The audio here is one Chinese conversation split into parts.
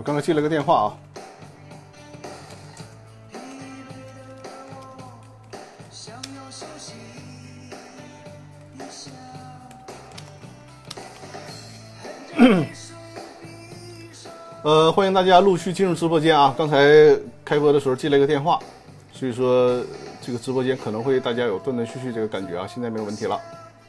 刚刚接了个电话啊。欢迎大家陆续进入直播间啊！刚才开播的时候接了一个电话，所以说这个直播间可能会大家有断断续续这个感觉啊，现在没有问题了。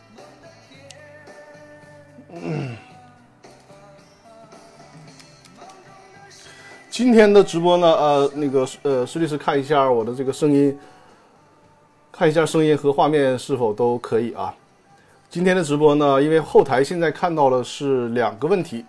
今天的直播呢，施律师看一下我的这个声音，看一下声音和画面是否都可以啊。今天的直播呢，因为后台现在看到了是2个问题。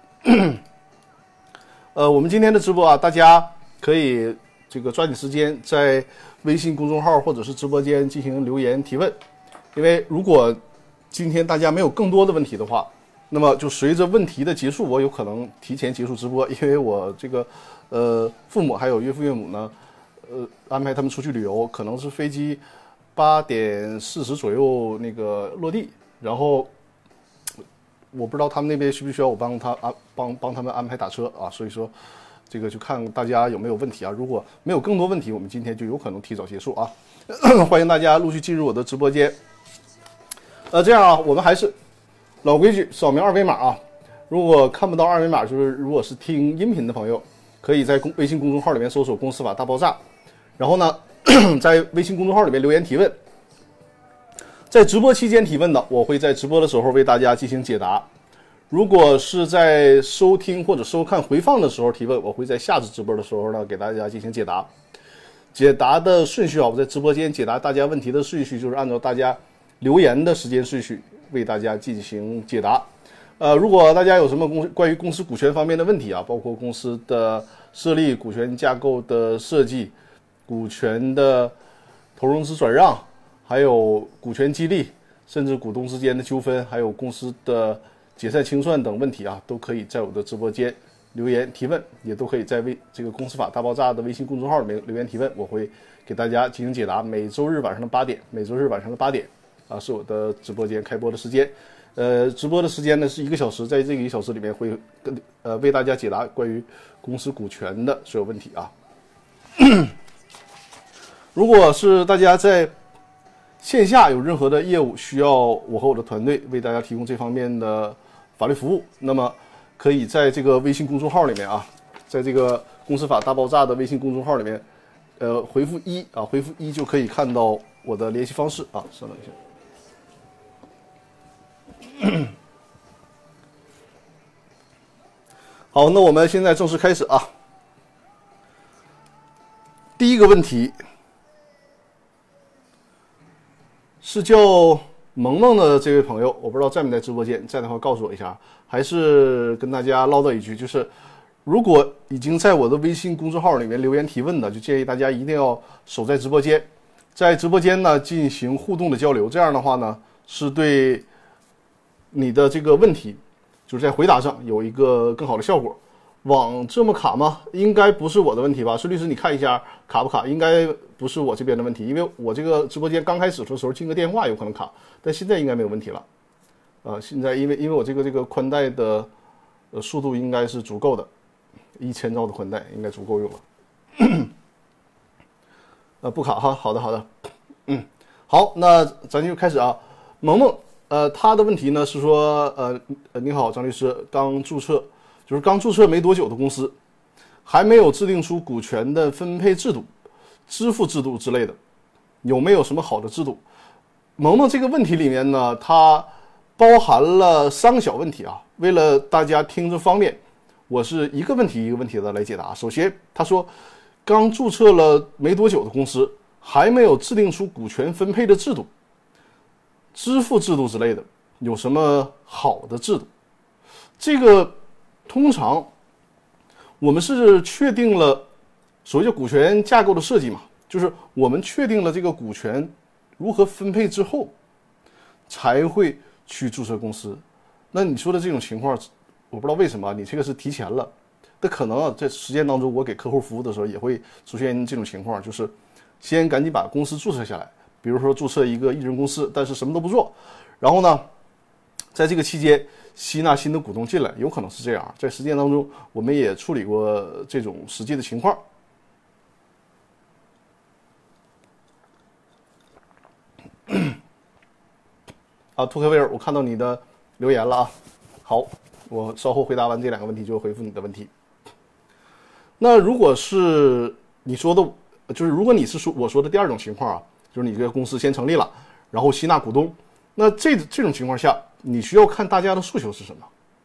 我们今天的直播啊，大家可以这个抓紧时间在微信公众号或者是直播间进行留言提问，因为如果今天大家没有更多的问题的话，那么就随着问题的结束，我有可能提前结束直播，因为我这个父母还有岳父岳母呢，安排他们出去旅游，可能是飞机8点40左右那个落地，然后我不知道他们那边需不需要我帮他们安排打车啊，所以说这个就看大家有没有问题啊。如果没有更多问题，我们今天就有可能提早结束啊。欢迎大家陆续进入我的直播间。这样啊，我们还是老规矩，扫描2维码啊。如果看不到2维码，就是如果是听音频的朋友，可以在微信公众号里面搜索公司法大爆炸，然后呢在微信公众号里面留言提问。在直播期间提问的，我会在直播的时候为大家进行解答。如果是在收听或者收看回放的时候提问，我会在下次直播的时候呢给大家进行解答。解答的顺序啊，我在直播间解答大家问题的顺序就是按照大家留言的时间顺序为大家进行解答。如果大家有什么关于公司股权方面的问题啊，包括公司的设立、股权架构的设计、股权的投融资转让，还有股权激励，甚至股东之间的纠纷，还有公司的解散清算等问题啊，都可以在我的直播间留言提问，也都可以在这个公司法大爆炸的微信公众号里面留言提问，我会给大家进行解答。每周日晚上的8点啊，是我的直播间开播的时间。直播的时间呢是1个小时，在这个1小时里面会为大家解答关于公司股权的所有问题啊。如果是大家在线下有任何的业务需要我和我的团队为大家提供这方面的法律服务，那么可以在这个微信公众号里面啊，在这个公司法大爆炸的微信公众号里面，回复1啊，回复1就可以看到我的联系方式啊。稍等一下。好，那我们现在正式开始啊。第一个问题是叫萌萌的这位朋友，我不知道在没在直播间，在的话告诉我一下。还是跟大家唠叨一句，就是如果已经在我的微信公众号里面留言提问的，就建议大家一定要守在直播间，在直播间呢进行互动的交流，这样的话呢是对你的这个问题就是在回答上有一个更好的效果。网这么卡吗？应该不是我的问题吧？孙律师你看一下卡不卡？应该不是我这边的问题，因为我这个直播间刚开始的时候进个电话有可能卡，但现在应该没有问题了。现在因为我这个宽带的速度应该是足够的，1000兆的宽带应该足够用了。不卡哈，好的，好，那咱就开始啊。萌萌，他的问题呢是说，你好，张律师，刚注册没多久的公司，还没有制定出股权的分配制度、支付制度之类的，有没有什么好的制度？萌萌这个问题里面呢，它包含了3个小问题啊。为了大家听着方便，我是一个问题一个问题的来解答。首先，他说刚注册了没多久的公司，还没有制定出股权分配的制度、支付制度之类的，有什么好的制度？这个通常我们是确定了所谓叫股权架构的设计嘛，就是我们确定了这个股权如何分配之后，才会去注册公司。那你说的这种情况，我不知道为什么你这个是提前了，那可能在实践当中我给客户服务的时候也会出现这种情况，就是先赶紧把公司注册下来，比如说注册一个一人公司，但是什么都不做，然后呢在这个期间吸纳新的股东进来，有可能是这样。在实践当中，我们也处理过这种实际的情况。图克威尔，我看到你的留言了啊。好，我稍后回答完这2个问题，就回复你的问题。那如果是你说的，就是如果你是我说的第2种情况啊，就是你这个公司先成立了，然后吸纳股东，那这种情况下，你需要看大家的诉求是什么。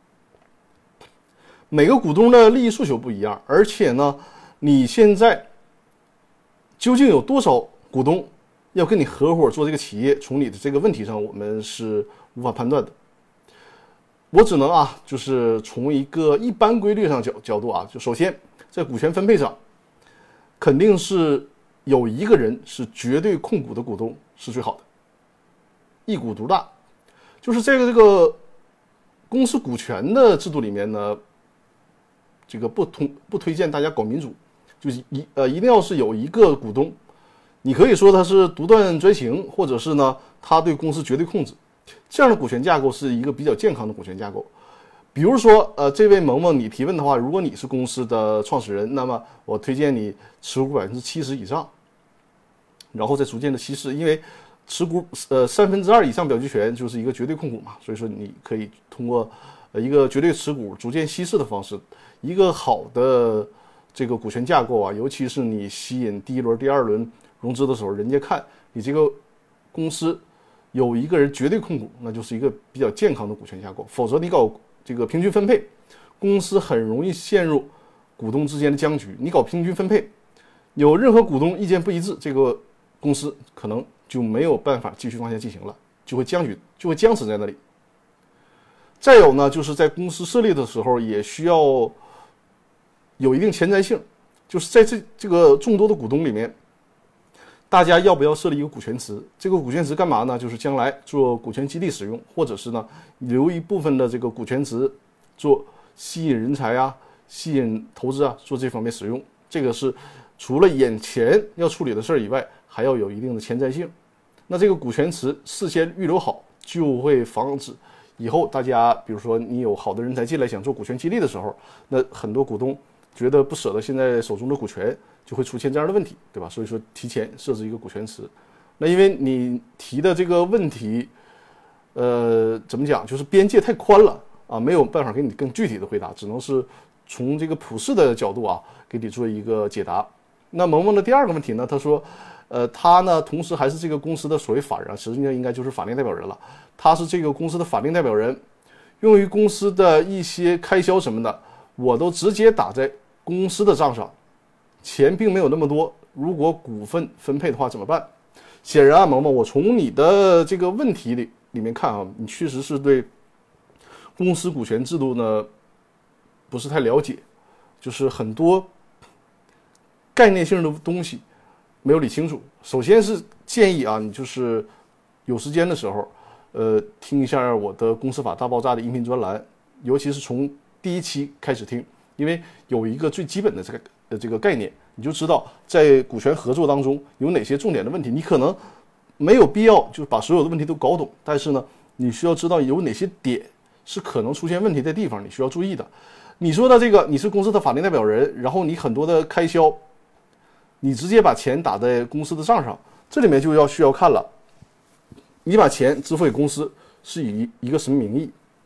每个股东的利益诉求不一样，而且呢，你现在究竟有多少股东要跟你合伙做这个企业，从你的这个问题上，我们是无法判断的。我只能就是从一个一般规律上角度就首先在股权分配上，肯定是有一个人是绝对控股的股东是最好的，一股独大。就是这个公司股权的制度里面呢，这个不推荐大家搞民主，就是一定要是有一个股东，你可以说他是独断专行，或者是呢他对公司绝对控制，这样的股权架构是一个比较健康的股权架构。比如说这位萌萌你提问的话，如果你是公司的创始人，那么我推荐你持股70%以上，然后再逐渐的稀释，因为持股2/3以上表决权就是一个绝对控股嘛，所以说你可以通过一个绝对持股逐渐稀释的方式，一个好的这个股权架构尤其是你吸引第1轮、第2轮融资的时候，人家看你这个公司有一个人绝对控股，那就是一个比较健康的股权架构。否则你搞这个平均分配，公司很容易陷入股东之间的僵局。你搞平均分配，有任何股东意见不一致，这个公司可能就没有办法继续往下进行了，就会僵死在那里。再有呢，就是在公司设立的时候也需要有一定前瞻性，就是在这个众多的股东里面，大家要不要设立一个股权池？这个股权池干嘛呢？就是将来做股权激励使用，或者是呢留一部分的这个股权池做吸引人才吸引投资做这方面使用。这个是除了眼前要处理的事儿以外，还要有一定的前瞻性。那这个股权池事先预留好，就会防止以后大家比如说你有好的人才进来想做股权激励的时候，那很多股东觉得不舍得现在手中的股权，就会出现这样的问题，对吧？所以说提前设置一个股权池。那因为你提的这个问题怎么讲，就是边界太宽了没有办法给你更具体的回答，只能是从这个普世的角度给你做一个解答。那萌萌的第2个问题呢，他说他呢同时还是这个公司的所谓法人实际上应该就是法定代表人了。他是这个公司的法定代表人，用于公司的一些开销什么的，我都直接打在公司的账上，钱并没有那么多，如果股份分配的话怎么办？显然萌萌，我从你的这个问题里面看你确实是对公司股权制度呢不是太了解，就是很多概念性的东西没有理清楚。首先是建议你就是有时间的时候听一下我的公司法大爆炸的音频专栏，尤其是从第1期开始听，因为有一个最基本的这个概念，你就知道在股权合作当中有哪些重点的问题。你可能没有必要就是把所有的问题都搞懂，但是呢你需要知道有哪些点是可能出现问题的地方，你需要注意的。你说的这个你是公司的法定代表人，然后你很多的开销你直接把钱打在公司的账上，这里面就需要看了，你把钱支付给公司是以一个什么名义？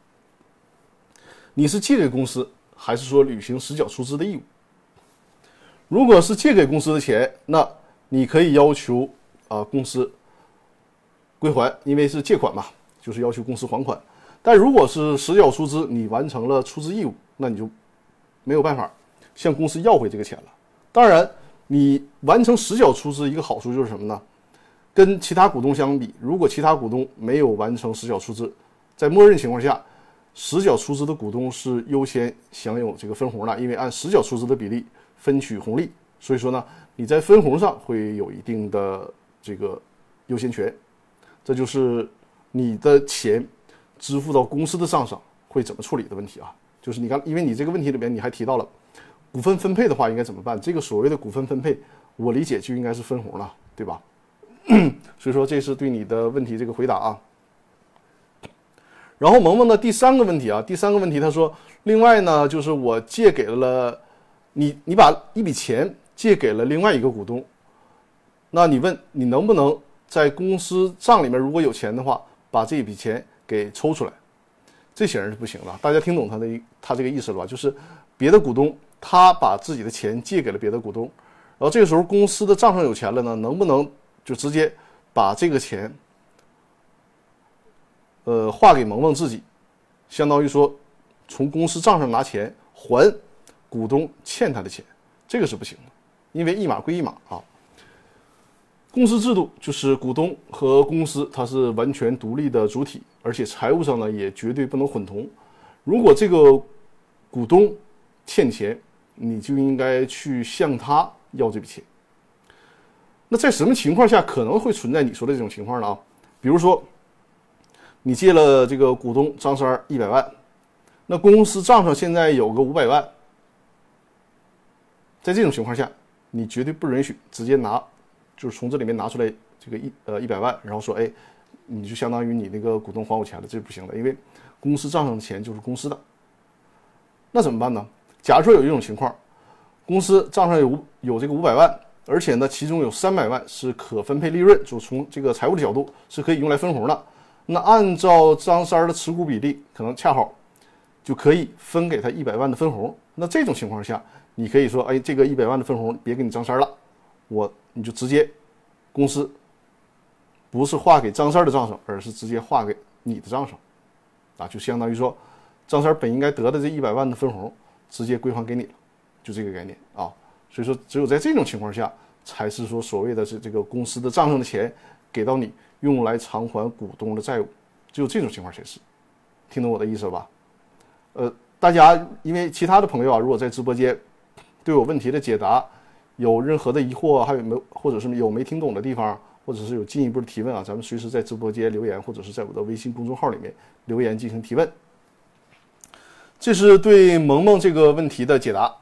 你是借给公司，还是说履行实缴出资的义务？如果是借给公司的钱，那你可以要求公司归还，因为是借款嘛，就是要求公司还款。但如果是实缴出资，你完成了出资义务，那你就没有办法向公司要回这个钱了。当然你完成实缴出资一个好处就是什么呢？跟其他股东相比，如果其他股东没有完成实缴出资，在默认情况下，实缴出资的股东是优先享有这个分红的，因为按实缴出资的比例分取红利，所以说呢，你在分红上会有一定的这个优先权。这就是你的钱支付到公司的账上会怎么处理的问题就是因为你这个问题里面你还提到了股份分配的话应该怎么办？这个所谓的股份分配，我理解就应该是分红了，对吧？所以说这是对你的问题这个回答然后萌萌的第三个问题啊，第三个问题他说，另外呢就是我借给了你把一笔钱借给了另外一个股东，那你问你能不能在公司账里面如果有钱的话，把这一笔钱给抽出来？这显然是不行的。大家听懂他这个意思了吧？就是别的股东他把自己的钱借给了别的股东，然后这个时候公司的账上有钱了呢，能不能就直接把这个钱划给萌萌自己，相当于说从公司账上拿钱还股东欠他的钱？这个是不行的，因为一码归一码啊。公司制度就是股东和公司它是完全独立的主体，而且财务上呢也绝对不能混同。如果这个股东欠钱，你就应该去向他要这笔钱。那在什么情况下可能会存在你说的这种情况呢？啊，比如说你借了这个股东张三100万，那公司账上现在有个500万，在这种情况下，你绝对不允许直接就是从这里面拿出来这个100万，然后说，哎，你就相当于你那个股东还我钱了，这是不行的，因为公司账上的钱就是公司的。那怎么办呢？假如说有一种情况，公司账上有这个500万，而且呢其中有300万是可分配利润，就从这个财务的角度是可以用来分红的。那按照张三的持股比例，可能恰好就可以分给他100万的分红。那这种情况下，你可以说，哎，这个100万的分红别给你张三了，你就直接公司不是划给张三的账上，而是直接划给你的账上，啊，就相当于说张三本应该得的这100万的分红直接归还给你了，就这个概念啊。所以说只有在这种情况下，才是说所谓的是这个公司的账上的钱给到你，用来偿还股东的债务，只有这种情况才是。听懂我的意思了吧？大家因为其他的朋友啊，如果在直播间对我问题的解答有任何的疑惑，还有没有或者是有没听懂的地方，或者是有进一步的提问啊，咱们随时在直播间留言，或者是在我的微信公众号里面留言进行提问。这是对萌萌这个问题的解答。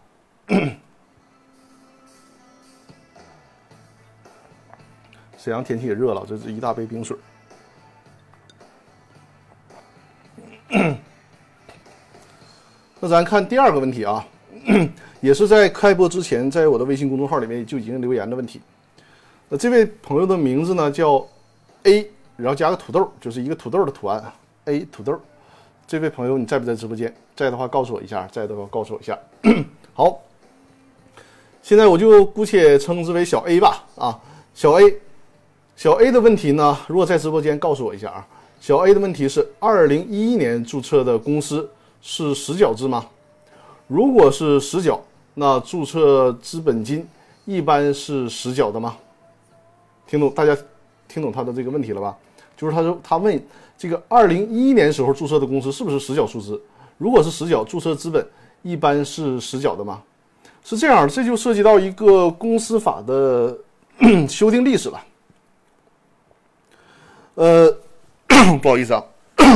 沈阳天气也热了，这是一大杯冰水。那咱看第二个问题啊，也是在开播之前，在我的微信公众号里面就已经留言的问题。那这位朋友的名字呢叫 A， 然后加个土豆，就是一个土豆的图案 A 土豆。这位朋友你在不在直播间？在的话告诉我一下，在的话告诉我一下。好，现在我就姑且称之为小 A 吧。啊，小 A 的问题呢，如果在直播间告诉我一下啊。小 A 的问题是2011年注册的公司是实缴制吗？如果是实缴，那注册资本金一般是实缴的吗？大家听懂他的这个问题了吧？就是他问这个2011年时候注册的公司是不是实缴出资？如果是实缴，注册资本一般是实缴的吗？是这样的，这就涉及到一个公司法的修订历史了。不好意思啊，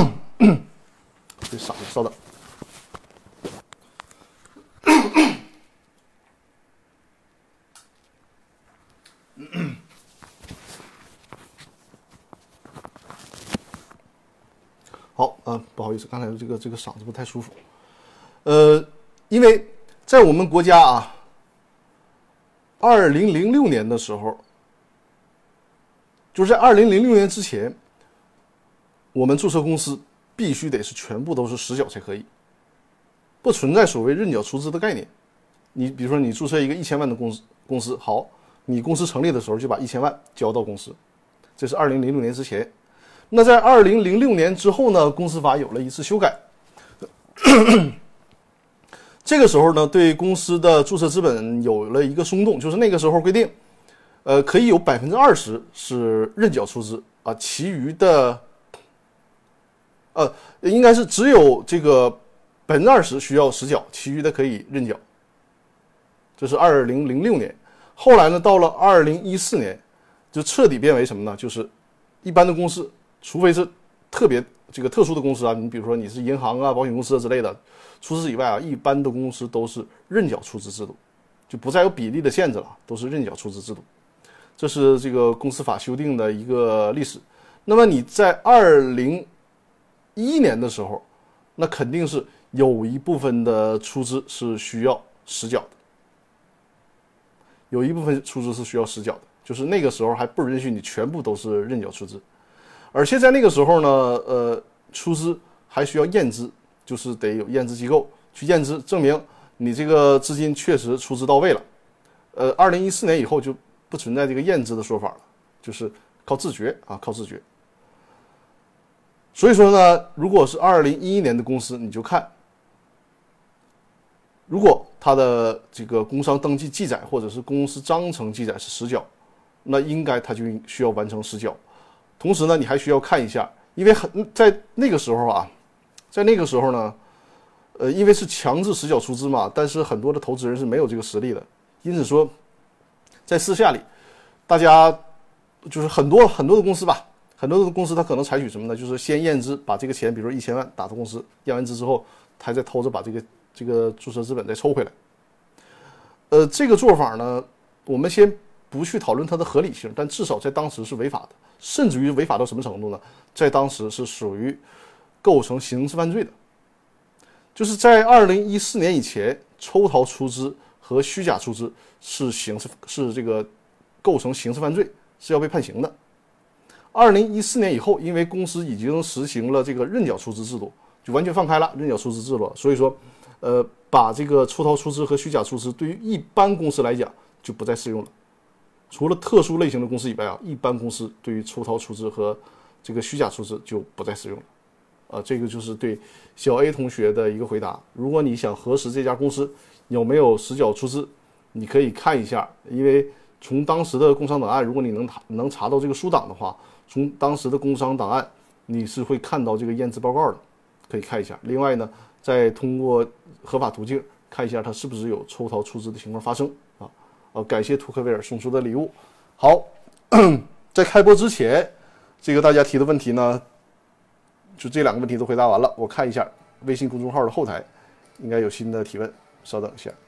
这嗓子稍等。好，不好意思，刚才这个嗓子不太舒服。因为在我们国家啊，2006年的时候，就是在2006年之前，我们注册公司必须得是全部都是实缴才可以，不存在所谓认缴出资的概念。你比如说你注册一个1000万的公司，好，你公司成立的时候就把1000万交到公司，这是2006年之前。那在2006年之后呢，公司法有了一次修改。这个时候呢，对公司的注册资本有了一个松动，就是那个时候规定，可以有20%是认缴出资啊，其余的，应该是只有这个20%需要实缴，其余的可以认缴。这是2006年。后来呢，到了2014年，就彻底变为什么呢？就是一般的公司，除非是特别这个特殊的公司啊，你比如说你是银行啊、保险公司之类的，除此以外啊，一般的公司都是认缴出资制度，就不再有比例的限制了，都是认缴出资制度。这是这个公司法修订的一个历史。那么你在2011 2011年的时候，那肯定是有一部分的出资是需要实缴的，有一部分出资是需要实缴的，就是那个时候还不允许你全部都是认缴出资，而且在那个时候呢，出资还需要验资，就是得有验资机构去验资，证明你这个资金确实出资到位了。2014年以后就不存在这个验资的说法了，就是靠自觉啊，靠自觉。所以说呢，如果是2011年的公司，你就看，如果它的这个工商登记记载或者是公司章程记载是实缴，那应该它就需要完成实缴。同时呢，你还需要看一下，因为在那个时候啊，在那个时候呢，因为是强制实缴出资嘛，但是很多的投资人是没有这个实力的，因此说，在私下里，大家就是很多的公司吧。很多的公司它可能采取什么呢？就是先验资，把这个钱，比如说1000万打到公司，验完资之后，他再偷着把这个注册资本再抽回来。这个做法呢，我们先不去讨论它的合理性，但至少在当时是违法的，甚至于违法到什么程度呢？在当时是属于构成刑事犯罪的。就是在2014年以前，抽逃出资和虚假出资是这个构成刑事犯罪，是要被判刑的。2014年以后，因为公司已经实行了这个认缴出资制度，就完全放开了认缴出资制度，所以说，把这个抽逃出资和虚假出资对于一般公司来讲就不再适用了。除了特殊类型的公司以外啊，一般公司对于抽逃出资和这个虚假出资就不再适用了。这个就是对小 A 同学的一个回答。如果你想核实这家公司有没有实缴出资，你可以看一下，因为从当时的工商档案，如果你能查到这个书档的话，从当时的工商档案，你是会看到这个验资报告的，可以看一下。另外呢，再通过合法途径看一下它是不是有抽逃出资的情况发生啊。感谢图克威尔送出的礼物。好，在开播之前，这个大家提的问题呢，就这2个问题都回答完了。我看一下微信公众号的后台，应该有新的提问，稍等一下。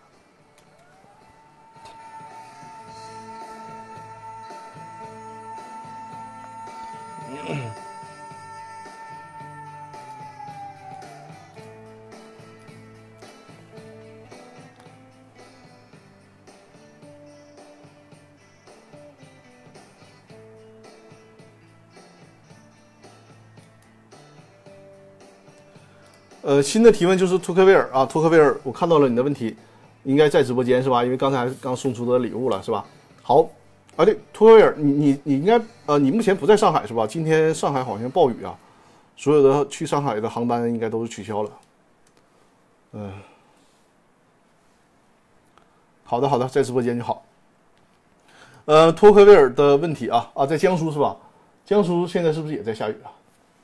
新的提问就是托克威尔啊，托克威尔，我看到了你的问题，应该在直播间是吧？因为刚才刚送出的礼物了是吧？好，对，托克威尔，你应该你目前不在上海是吧？今天上海好像暴雨啊，所有的去上海的航班应该都是取消了。好的，在直播间就好。托克威尔的问题啊，在江苏是吧？江苏现在是不是也在下雨啊？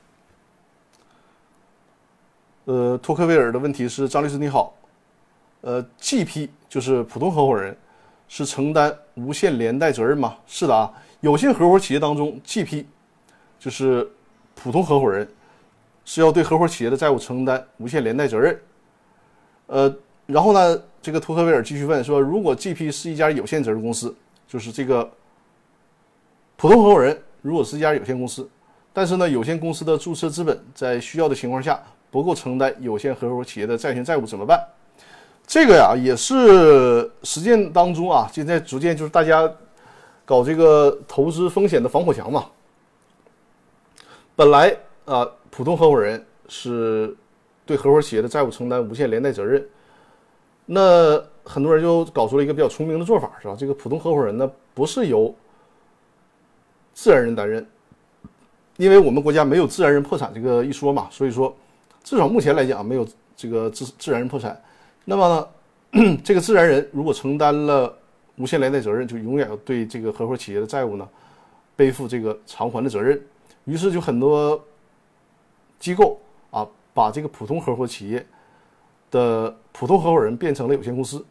托克威尔的问题是：张律师你好，GP 就是普通合伙人，是承担无限连带责任吗？是的啊，有限合伙企业当中 GP 就是普通合伙人，是要对合伙企业的债务承担无限连带责任。然后呢，这个托克威尔继续问说，如果 GP 是一家有限责任公司，就是这个普通合伙人如果是一家有限公司，但是呢，有限公司的注册资本在需要的情况下不够承担有限合伙企业的债权债务怎么办？这个呀，也是实践当中啊，现在逐渐就是大家搞这个投资风险的防火墙嘛。本来普通合伙人是对合伙企业的债务承担无限连带责任，那很多人就搞出了一个比较聪明的做法，是吧？这个普通合伙人呢，不是由自然人担任，因为我们国家没有自然人破产这个一说嘛，所以说至少目前来讲没有这个自然人破产。那么呢，这个自然人如果承担了无限连带责任，就永远要对这个合伙企业的债务呢背负这个偿还的责任。于是就很多机构把这个普通合伙企业的普通合伙人变成了有限公司。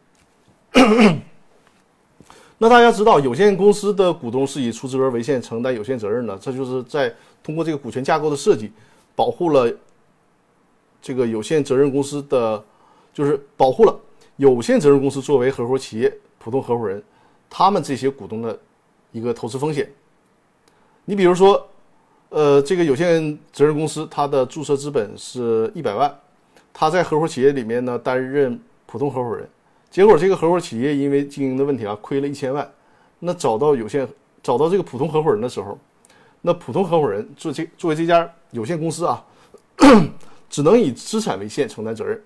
那大家知道，有限公司的股东是以出资额为限承担有限责任的，这就是在通过这个股权架构的设计，保护了这个有限责任公司的，就是保护了有限责任公司作为合伙企业普通合伙人他们这些股东的一个投资风险。你比如说这个有限责任公司它的注册资本是100万，他在合伙企业里面呢担任普通合伙人，结果这个合伙企业因为经营的问题啊亏了1000万，那找到这个普通合伙人的时候，那普通合伙人作为这家有限公司啊，只能以资产为限承担责任。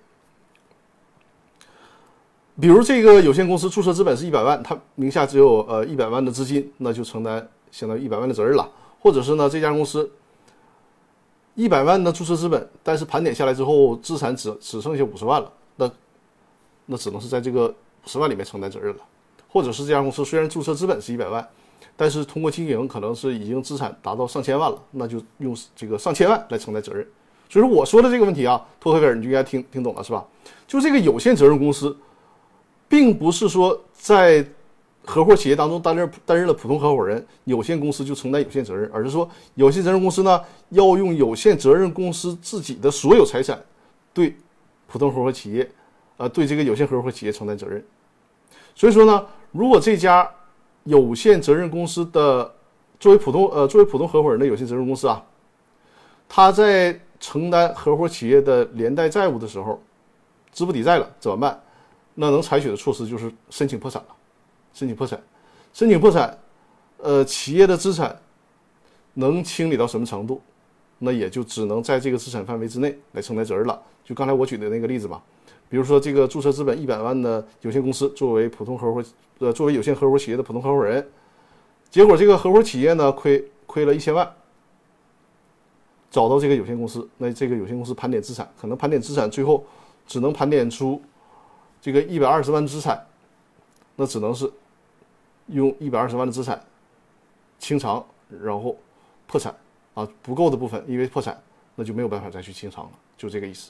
比如这个有限公司注册资本是100万，他名下只有100万的资金，那就承担相当于100万的责任了。或者是呢，这家公司100万的注册资本，但是盘点下来之后资产只剩下50万了，那只能是在这个50万里面承担责任了。或者是这家公司虽然注册资本是100万，但是通过经营可能是已经资产达到上千万了，那就用这个上千万来承担责任。所以说我说的这个问题啊，托克维尔你就应该听懂了是吧？就这个有限责任公司并不是说在合伙企业当中担任了普通合伙人，有限公司就承担有限责任，而是说有限责任公司呢要用有限责任公司自己的所有财产对普通合伙企业对这个有限合伙企业承担责任。所以说呢，如果这家有限责任公司的作为普通合伙人的有限责任公司啊，他在承担合伙企业的连带债务的时候资不抵债了怎么办？那能采取的措施就是申请破产了。申请破产，企业的资产能清理到什么程度，那也就只能在这个资产范围之内来承担责任了。就刚才我举的那个例子吧，比如说这个注册资本100万的有限公司作为有限合伙企业的普通合伙人，结果这个合伙企业呢亏了1000万，找到这个有限公司，那这个有限公司盘点资产，可能盘点资产最后只能盘点出这个120万资产，那只能是用120万的资产清偿，然后破产啊，不够的部分因为破产，那就没有办法再去清偿了，就这个意思。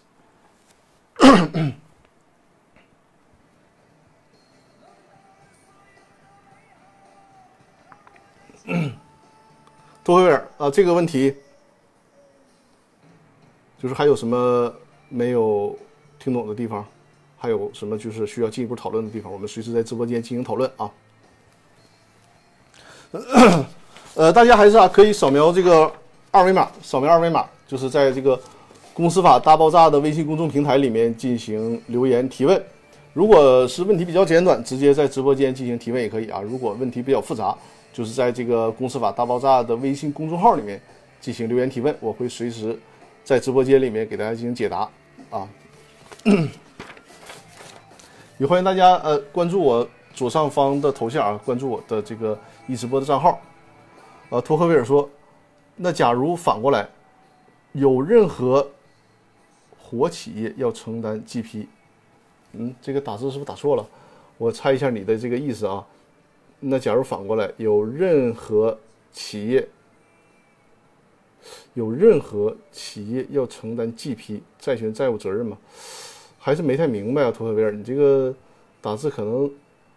托克维尔啊，这个问题就是还有什么没有听懂的地方？还有什么就是需要进一步讨论的地方，我们随时在直播间进行讨论啊。大家还是可以扫描这个二维码，就是在这个公司法大爆炸的微信公众平台里面进行留言提问。如果是问题比较简短，直接在直播间进行提问也可以啊。如果问题比较复杂，就是在这个公司法大爆炸的微信公众号里面进行留言提问，我会随时在直播间里面给大家进行解答啊。也欢迎大家关注我左上方的头像关注我的这个一直播的账号。托克维尔说，那假如反过来，有任何活企业要承担 GP， 这个打字是不是打错了？我猜一下你的这个意思啊。那假如反过来，有任何企业要承担 GP 债权债务责任吗？还是没太明白啊，托克维尔，你这个打字可能，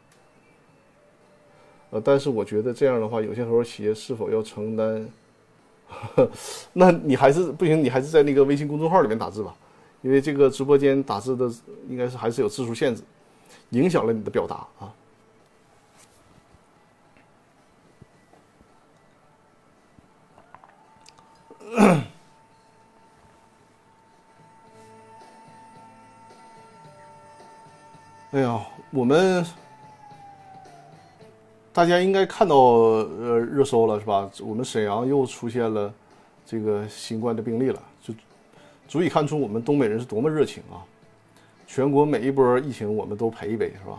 但是我觉得这样的话，有限合伙企业是否要承担？那你还是不行，你还是在那个微信公众号里面打字吧，因为这个直播间打字的应该是还是有字数限制，影响了你的表达啊。哎呀，大家应该看到热搜了是吧？我们沈阳又出现了这个新冠的病例了，就足以看出我们东北人是多么热情啊！全国每一波疫情我们都陪一杯是吧？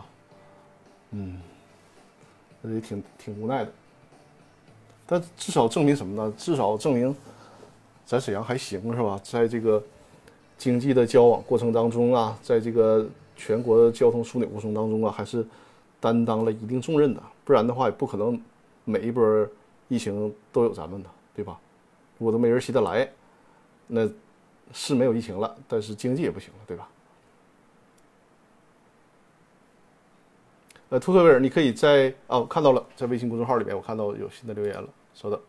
这也挺无奈的。但至少证明什么呢？至少证明咱沈阳还行是吧？在这个经济的交往过程当中啊，在这个全国交通枢纽过程当中啊，还是担当了一定重任的，不然的话也不可能每一波疫情都有咱们的，对吧？我都没人稀得来，那是没有疫情了，但是经济也不行了，对吧？托克维尔，你可以在我看到了，在微信公众号里面我看到有新的留言了，稍等。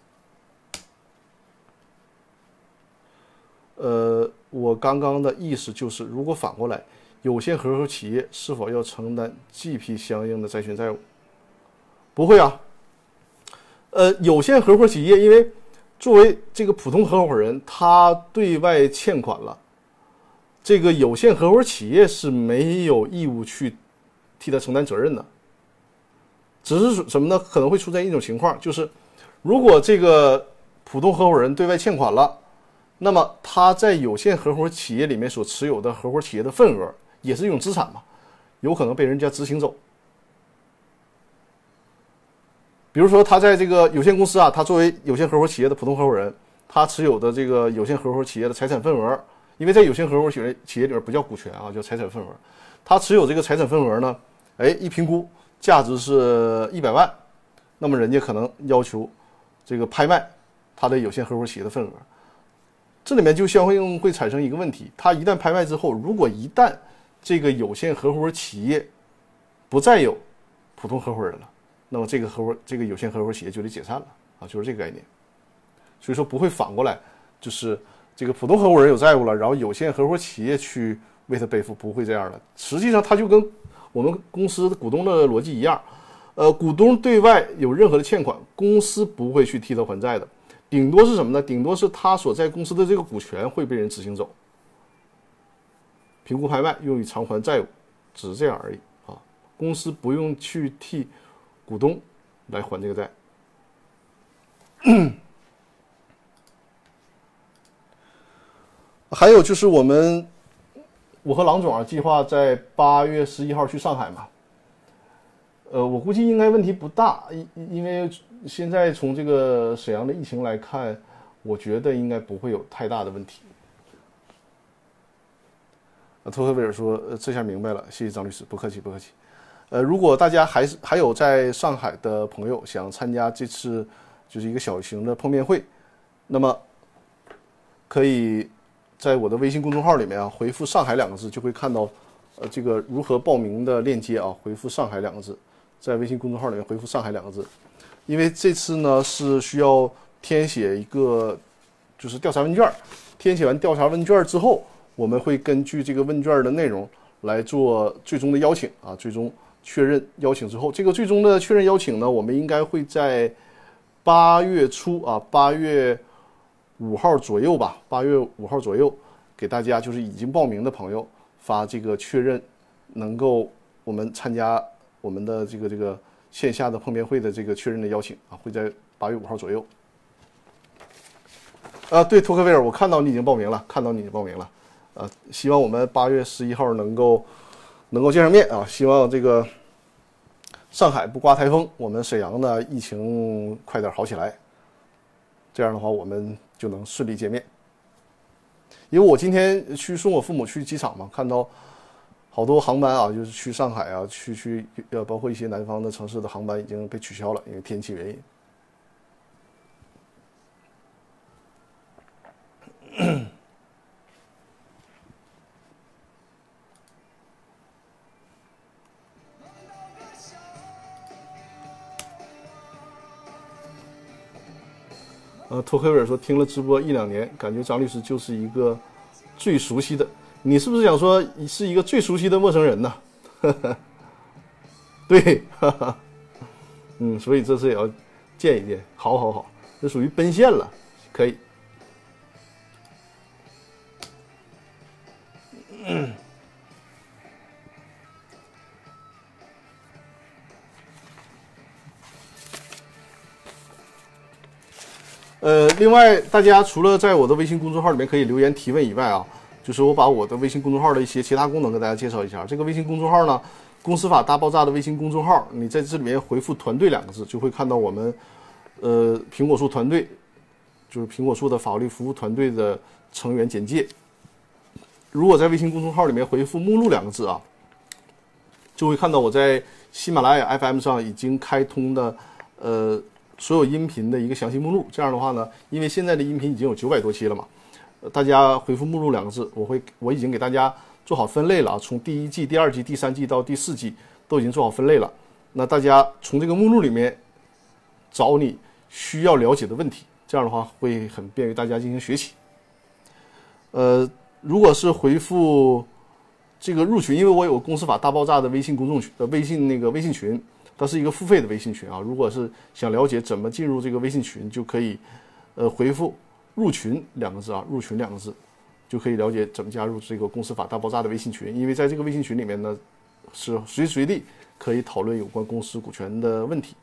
我刚刚的意思就是，如果反过来，有限合伙企业是否要承担 GP 相应的债权债务？不会啊。有限合伙企业因为作为这个普通合伙人，他对外欠款了，这个有限合伙企业是没有义务去替他承担责任的。只是什么呢？可能会出现一种情况，就是如果这个普通合伙人对外欠款了，那么他在有限合伙企业里面所持有的合伙企业的份额也是一种资产嘛，有可能被人家执行走。比如说他在这个有限公司啊，他作为有限合伙企业的普通合伙人，他持有的这个有限合伙企业的财产份额，因为在有限合伙企业里面不叫股权啊，叫财产份额。他持有这个财产份额呢，一评估价值是100万，那么人家可能要求这个拍卖他的有限合伙企业的份额。这里面就相应会产生一个问题，他一旦拍卖之后，如果一旦这个有限合伙企业不再有普通合伙人了，那么这个有限合伙企业就得解散了啊，就是这个概念。所以说不会反过来，就是这个普通合伙人有债务了，然后有限合伙企业去为他背负，不会这样的。实际上它就跟我们公司的股东的逻辑一样，股东对外有任何的欠款，公司不会去替他还债的。顶多是什么呢？顶多是他所在公司的这个股权会被人执行走，评估拍卖用于偿还债务，只是这样而已啊。公司不用去替股东来还这个债。还有就是我和郎总啊计划在8月11号去上海嘛。我估计应该问题不大，因为现在从这个沈阳的疫情来看，我觉得应该不会有太大的问题。托克维尔说，这下明白了，谢谢张律师，不客气不客气。如果大家还有在上海的朋友想参加这次就是一个小型的碰面会，那么可以在我的微信公众号里面啊，回复上海2个字，就会看到这个如何报名的链接啊，回复上海2个字。在微信公众号里面回复上海2个字，因为这次呢是需要填写一个就是调查问卷，填写完调查问卷之后，我们会根据这个问卷的内容来做最终的邀请啊，最终确认邀请之后，这个最终的确认邀请呢，我们应该会在8月初啊，8月5号左右吧，8月5号左右给大家就是已经报名的朋友发这个确认能够我们参加我们的这个线下的碰面会的这个确认的邀请啊，会在8月5号左右。对，托克维尔，我看到你已经报名了，希望我们8月11号能够见上面啊，希望这个上海不刮台风，我们沈阳的疫情快点好起来，这样的话我们就能顺利见面。因为我今天去送我父母去机场嘛，看到好多航班啊，就是去上海啊，去包括一些南方的城市的航班已经被取消了，因为天气原因。托克维尔说，听了直播1、2年，感觉张律师就是一个最熟悉的。你是不是想说是一个最熟悉的陌生人呢？对，所以这次也要见一见。好，这属于奔现了，可以。另外，大家除了在我的微信公众号里面可以留言提问以外啊，就是我把我的微信公众号的一些其他功能跟大家介绍一下。这个微信公众号呢，公司法大爆炸的微信公众号，你在这里面回复团队2个字，就会看到我们苹果树团队，就是苹果树的法律服务团队的成员简介。如果在微信公众号里面回复目录2个字啊，就会看到我在喜马拉雅 FM 上已经开通的所有音频的一个详细目录。这样的话呢，因为现在的音频已经有900多期了嘛，大家回复目录2个字，我已经给大家做好分类了啊，从第1季、第2季、第3季到第4季都已经做好分类了。那大家从这个目录里面找你需要了解的问题，这样的话会很便于大家进行学习。如果是回复这个入群，因为我有公司法大爆炸的微信公众群，微信群，它是一个付费的微信群啊。如果是想了解怎么进入这个微信群，就可以回复入群2个字啊，入群2个字，就可以了解怎么加入这个公司法大爆炸的微信群。因为在这个微信群里面呢，是随时随地可以讨论有关公司股权的问题。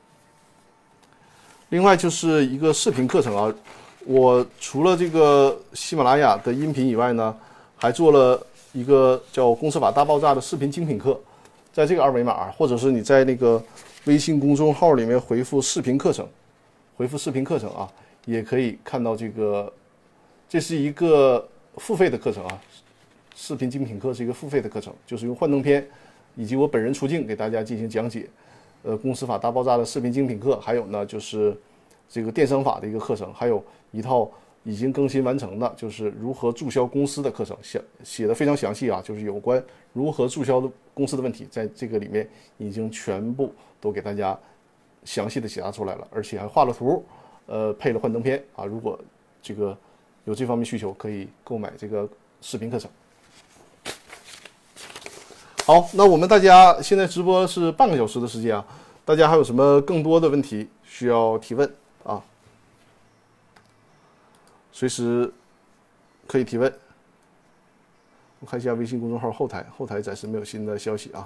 另外就是一个视频课程啊，我除了这个喜马拉雅的音频以外呢，还做了一个叫公司法大爆炸的视频精品课。在这个二维码，或者是你在那个微信公众号里面回复视频课程，啊，也可以看到这个，这是一个付费的课程啊，视频精品课是一个付费的课程，就是用幻灯片以及我本人出镜给大家进行讲解。公司法大爆炸的视频精品课，还有呢就是这个电商法的一个课程，还有一套已经更新完成的，就是如何注销公司的课程，写的非常详细啊，就是有关如何注销的公司的问题，在这个里面已经全部都给大家详细的解答出来了，而且还画了图，配了幻灯片啊。如果这个有这方面需求，可以购买这个视频课程。好，那我们大家现在直播是半个小时的时间啊，大家还有什么更多的问题需要提问啊？随时可以提问。我看一下微信公众号后台，后台暂时没有新的消息啊。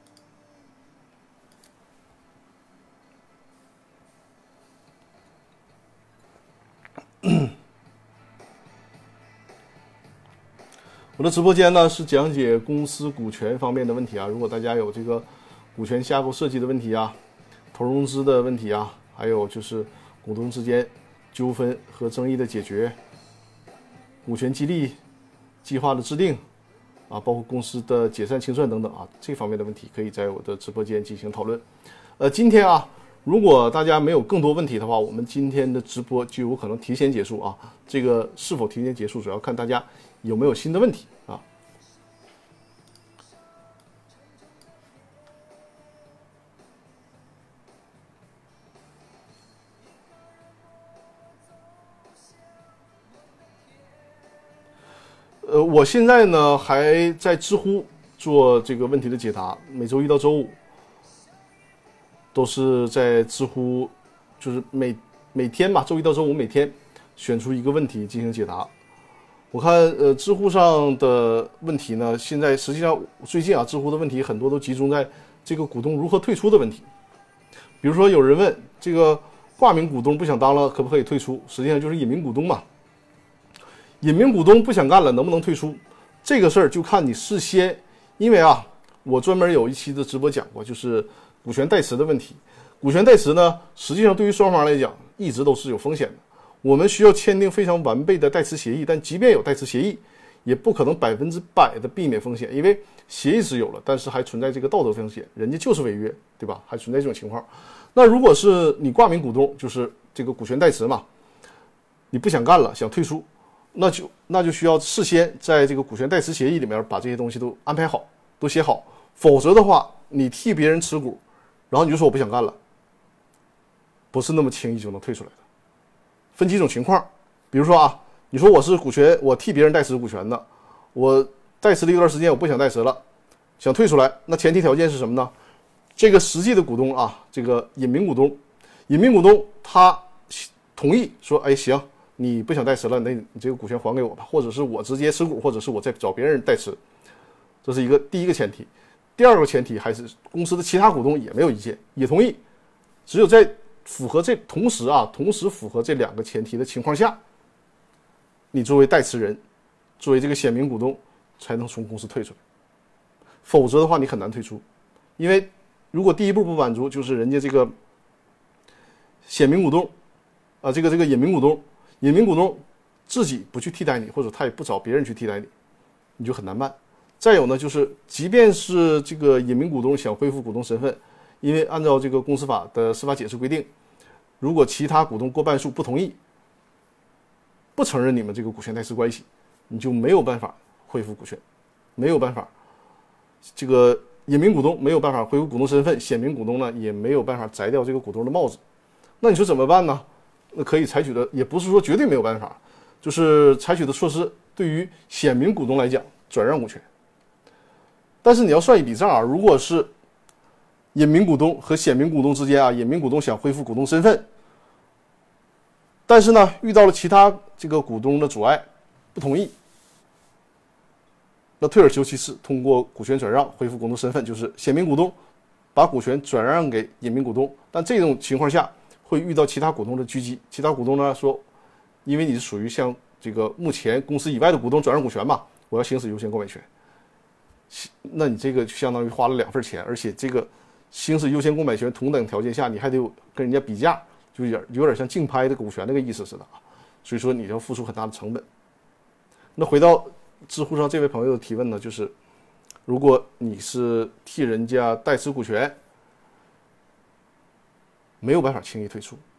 我的直播间呢是讲解公司股权方面的问题啊，如果大家有这个股权架构设计的问题啊，投融资的问题啊，还有就是股东之间纠纷和争议的解决，股权激励计划的制定啊，包括公司的解散清算等等啊，这方面的问题可以在我的直播间进行讨论。今天啊，如果大家没有更多问题的话，我们今天的直播就有可能提前结束啊。这个是否提前结束，主要看大家有没有新的问题啊。我现在呢还在知乎做这个问题的解答，每周一到周五都是在知乎，就是每天吧，周一到周五每天选出一个问题进行解答。我看知乎上的问题呢，现在实际上最近啊，知乎的问题很多都集中在这个股东如何退出的问题。比如说有人问这个挂名股东不想当了可不可以退出，实际上就是隐名股东嘛。隐名股东不想干了能不能退出，这个事儿就看你事先，因为啊我专门有一期的直播讲过，就是股权代持的问题。股权代持呢，实际上对于双方来讲一直都是有风险的，我们需要签订非常完备的代持协议，但即便有代持协议也不可能100%的避免风险，因为协议是有了，但是还存在这个道德风险，人家就是违约，对吧？还存在这种情况。那如果是你挂名股东，就是这个股权代持嘛，你不想干了想退出，那就需要事先在这个股权代持协议里面把这些东西都安排好，都写好，否则的话你替别人持股，然后你就说我不想干了，不是那么轻易就能退出来的。分几种情况，比如说啊，你说我是股权，我替别人代持股权的，我代持了一段时间，我不想代持了，想退出来，那前提条件是什么呢？这个实际的股东啊，这个隐名股东他同意说，哎行，你不想代持了，那你这个股权还给我吧，或者是我直接持股，或者是我再找别人代持，这是第一个前提。第二个前提还是公司的其他股东也没有意见，也同意，只有在符合同时符合这两个前提的情况下，你作为代持人，作为这个显名股东才能从公司退出来，否则的话你很难退出。因为如果第一步不满足，就是人家这个显名股东啊，这个隐名股东自己不去替代你，或者他也不找别人去替代你，你就很难办。再有呢，就是即便是这个隐名股东想恢复股东身份，因为按照这个公司法的司法解释规定，如果其他股东过半数不同意，不承认你们这个股权代持关系，你就没有办法恢复股权，没有办法，这个隐名股东没有办法恢复股东身份，显名股东呢也没有办法摘掉这个股东的帽子。那你说怎么办呢？那可以采取的也不是说绝对没有办法，就是采取的措施对于显名股东来讲转让股权。但是你要算一笔账啊，如果是隐名股东和显名股东之间啊，隐名股东想恢复股东身份， 但是呢，遇到了其他这个股东的阻碍，不同意，那退而求其次，通过股权转让恢复股东身份，就是显名股东把股权转让给隐名股东。但这种情况下会遇到其他股东的狙击，其他股东呢说，因为你是属于像这个目前公司以外的股东转让股权嘛，我要行使优先购买权，那你这个就相当于花了2份钱，而且这个行使优先购买权同等条件下，你还得跟人家比价，就有点像竞拍的股权那个意思似的啊。所以说你要付出很大的成本。那回到知乎上这位朋友的提问呢，就是如果你是替人家代持股权，没有办法轻易退出。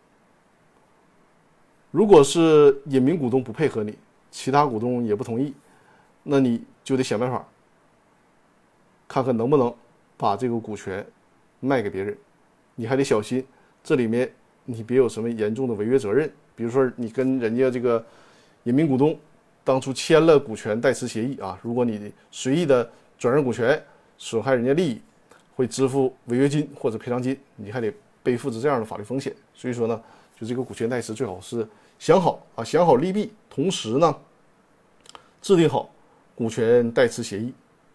如果是隐名股东不配合你，其他股东也不同意，那你就得想办法看看能不能把这个股权卖给别人。你还得小心，这里面你别有什么严重的违约责任。比如说你跟人家这个隐名股东当初签了股权代持协议啊，如果你随意的转让股权，损害人家利益，会支付违约金或者赔偿金，你还得背负着这样的法律风险。所以说呢，就这个股权代持最好是想好利弊，同时呢制定好股权代持协议，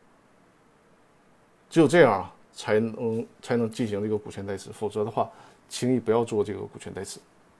只有这样啊才能进行这个股权代持，否则的话轻易不要做这个股权代持。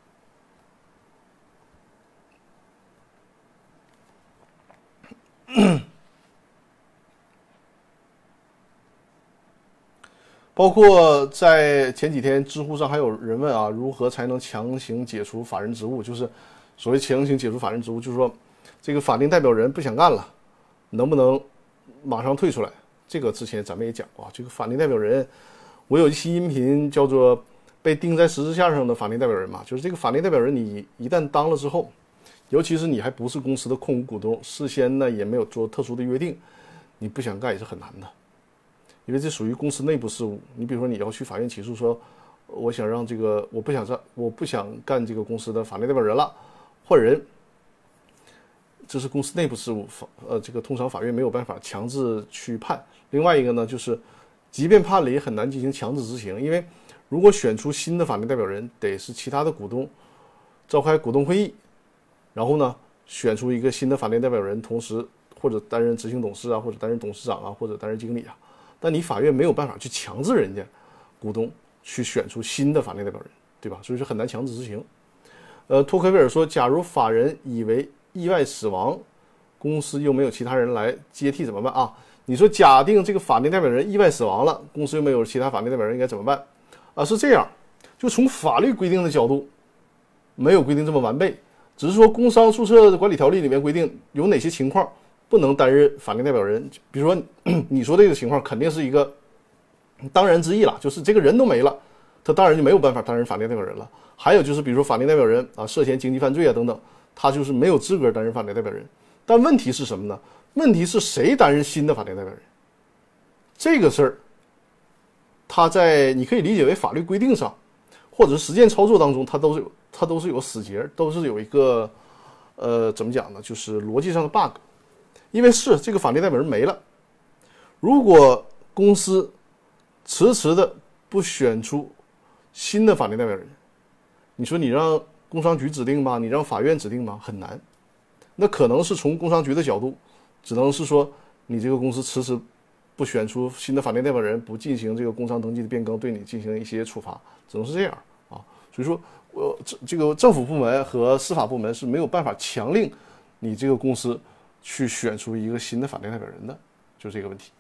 包括在前几天知乎上还有人问啊，如何才能强行解除法人职务？就是所谓强行解除法人职务，就是说这个法定代表人不想干了，能不能马上退出来？这个之前咱们也讲过，这个法定代表人，我有一期音频叫做被钉在十字架上的法定代表人嘛，就是这个法定代表人，你一旦当了之后，尤其是你还不是公司的控股股东，事先呢也没有做特殊的约定，你不想干也是很难的。因为这属于公司内部事务，你比如说你要去法院起诉说，我想让这个我不想干这个公司的法定代表人了，换人，这是公司内部事务，这个通常法院没有办法强制去判。另外一个呢，就是即便判了也很难进行强制执行，因为如果选出新的法定代表人，得是其他的股东召开股东会议，然后呢选出一个新的法定代表人，同时或者担任执行董事啊，或者担任董事长啊，或者担任经理啊。但你法院没有办法去强制人家股东去选出新的法定代表人，对吧？所以说很难强制执行。托克维尔说，假如法人以为意外死亡，公司又没有其他人来接替怎么办啊？你说假定这个法定代表人意外死亡了，公司又没有其他法定代表人，应该怎么办啊？是这样，就从法律规定的角度，没有规定这么完备，只是说工商注册管理条例里面规定有哪些情况不能担任法定代表人。比如说你说这个情况肯定是一个当然之意了，就是这个人都没了，他当然就没有办法担任法定代表人了。还有就是比如说法定代表人啊涉嫌经济犯罪啊等等，他就是没有资格担任法定代表人。但问题是什么呢？问题是谁担任新的法定代表人？这个事儿他在你可以理解为法律规定上或者是实践操作当中，它都是有死结，都是有一个怎么讲呢，就是逻辑上的 bug。因为是这个法定代表人没了，如果公司迟迟的不选出新的法定代表人，你说你让工商局指定吗？你让法院指定吗？很难。那可能是从工商局的角度，只能是说你这个公司迟迟不选出新的法定代表人，不进行这个工商登记的变更，对你进行一些处罚，只能是这样啊。所以说这个政府部门和司法部门是没有办法强令你这个公司去选出一个新的法定代表人的，就是这个问题。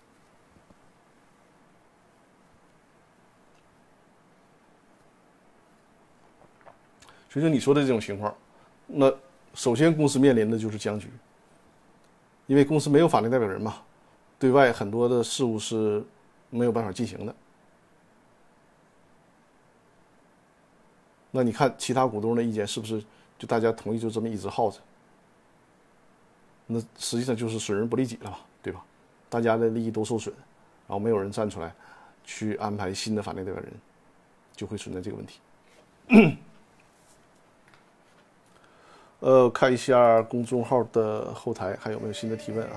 所以说你说的这种情况，那首先公司面临的就是僵局，因为公司没有法定代表人嘛，对外很多的事务是没有办法进行的。那你看其他股东的意见是不是就大家同意就这么一直耗着？那实际上就是损人不利己了吧，对吧？大家的利益都受损，然后没有人站出来去安排新的法定代表人，就会存在这个问题。看一下公众号的后台还有没有新的提问啊？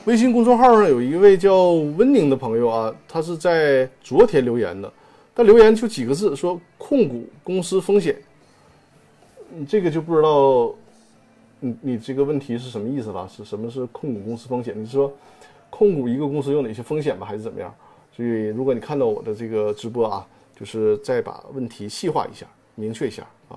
微信公众号上有一位叫温宁的朋友啊，他是在昨天留言的，但留言就几个字，说控股公司风险。这个就不知道你这个问题是什么意思了？是什么是控股公司风险？你说控股一个公司有哪些风险吧，还是怎么样？所以如果你看到我的这个直播啊，就是再把问题细化一下，明确一下啊。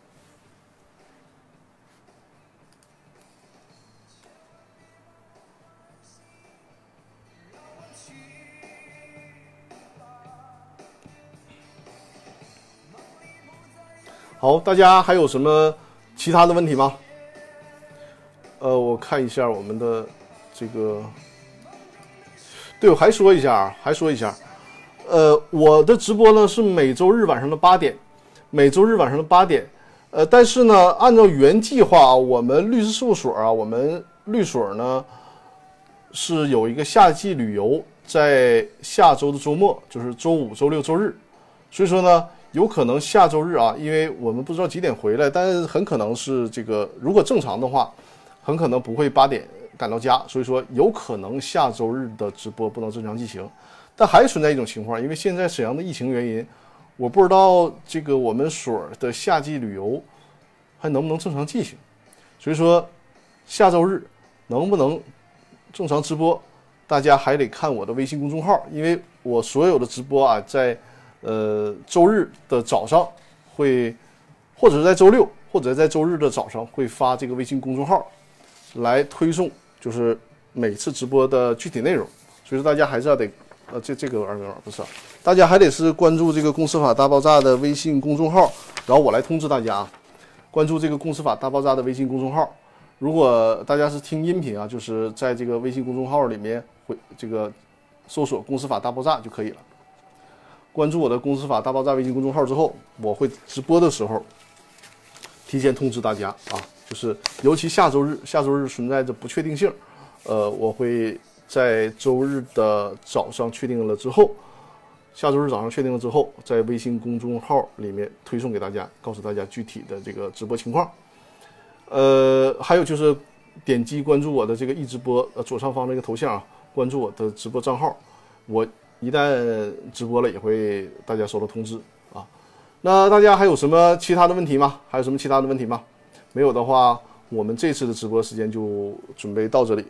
好，大家还有什么其他的问题吗？我看一下我们的这个，对，我还说一下，我的直播呢是每周日晚上的8点，但是呢，按照原计划，我们律师事务所啊，我们律所呢是有一个夏季旅游，在下周的周末，就是周5、周6、周日，所以说呢。有可能下周日啊，因为我们不知道几点回来，但是很可能是这个，如果正常的话，很可能不会8点赶到家，所以说有可能下周日的直播不能正常进行。但还存在一种情况，因为现在沈阳的疫情原因，我不知道这个我们所的夏季旅游还能不能正常进行，所以说下周日能不能正常直播，大家还得看我的微信公众号，因为我所有的直播啊，在周日的早上会，或者是在周6，或者在周日的早上会发这个微信公众号来推送，就是每次直播的具体内容。所以说大家还是要得，这个二维码不是，大家还得是关注这个公司法大爆炸的微信公众号，然后我来通知大家啊，关注这个公司法大爆炸的微信公众号。如果大家是听音频啊，就是在这个微信公众号里面会这个搜索公司法大爆炸就可以了。关注我的公司法大爆炸微信公众号之后，我会直播的时候提前通知大家啊，就是尤其下周日存在着不确定性，我会在周日的早上确定了之后，下周日早上确定了之后，在微信公众号里面推送给大家，告诉大家具体的这个直播情况。还有就是点击关注我的这个易直播左上方这个头像啊，关注我的直播账号，我一旦直播了也会大家收到通知啊。那大家还有什么其他的问题吗？没有的话，我们这次的直播时间就准备到这里。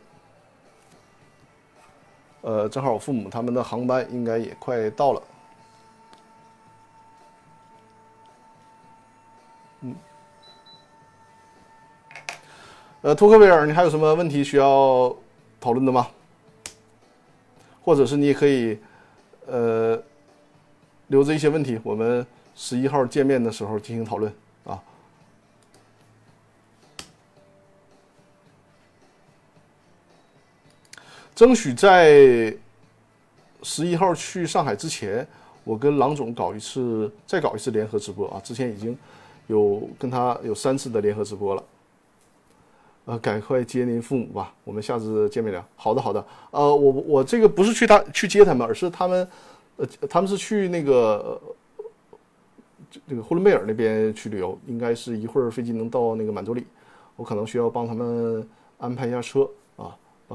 正好我父母他们的航班应该也快到了。托克维尔，你还有什么问题需要讨论的吗？或者是你也可以留着一些问题，我们11号见面的时候进行讨论啊。争取在11号去上海之前，我跟郎总再搞一次联合直播啊。之前已经跟他有3次的联合直播了。赶快接您父母吧，我们下次见面聊。好的。我这个不是去接他们，而是他们是去那个这个呼伦贝尔那边去旅游，应该是一会儿飞机能到那个满洲里，我可能需要帮他们安排一下车啊，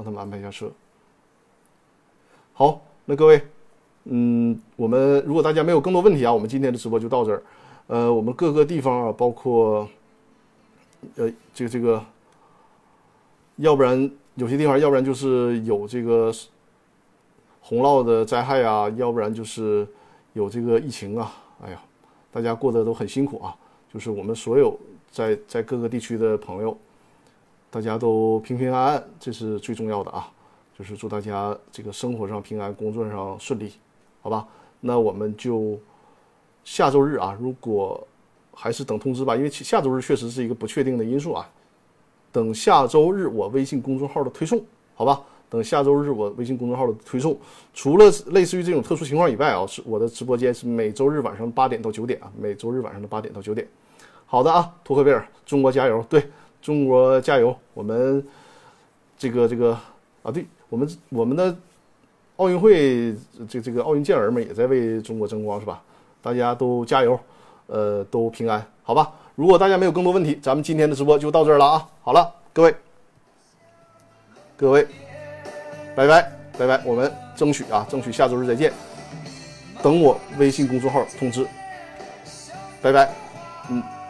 好，那各位，我们如果大家没有更多问题啊，我们今天的直播就到这儿。我们各个地方啊，包括这个。要不然有些地方，要不然就是有这个洪涝的灾害啊，要不然就是有这个疫情啊。哎呀，大家过得都很辛苦啊。就是我们所有在各个地区的朋友，大家都平平安安，这是最重要的啊。就是祝大家这个生活上平安，工作上顺利，好吧？那我们就下周日啊，如果还是等通知吧，因为下周日确实是一个不确定的因素啊。等下周日我微信公众号的推送，好吧？等下周日我微信公众号的推送，除了类似于这种特殊情况以外啊，是我的直播间是每周日晚上8点到9点啊，每周日晚上的8点到9点。好的啊，托克维尔，中国加油！对，中国加油！我们这个啊，对，我们的奥运会这个奥运健儿们也在为中国争光，是吧？大家都加油，都平安，好吧？如果大家没有更多问题，咱们今天的直播就到这儿了啊！好了，各位。 拜拜拜拜，我们争取下周日再见，等我微信公众号通知，拜拜，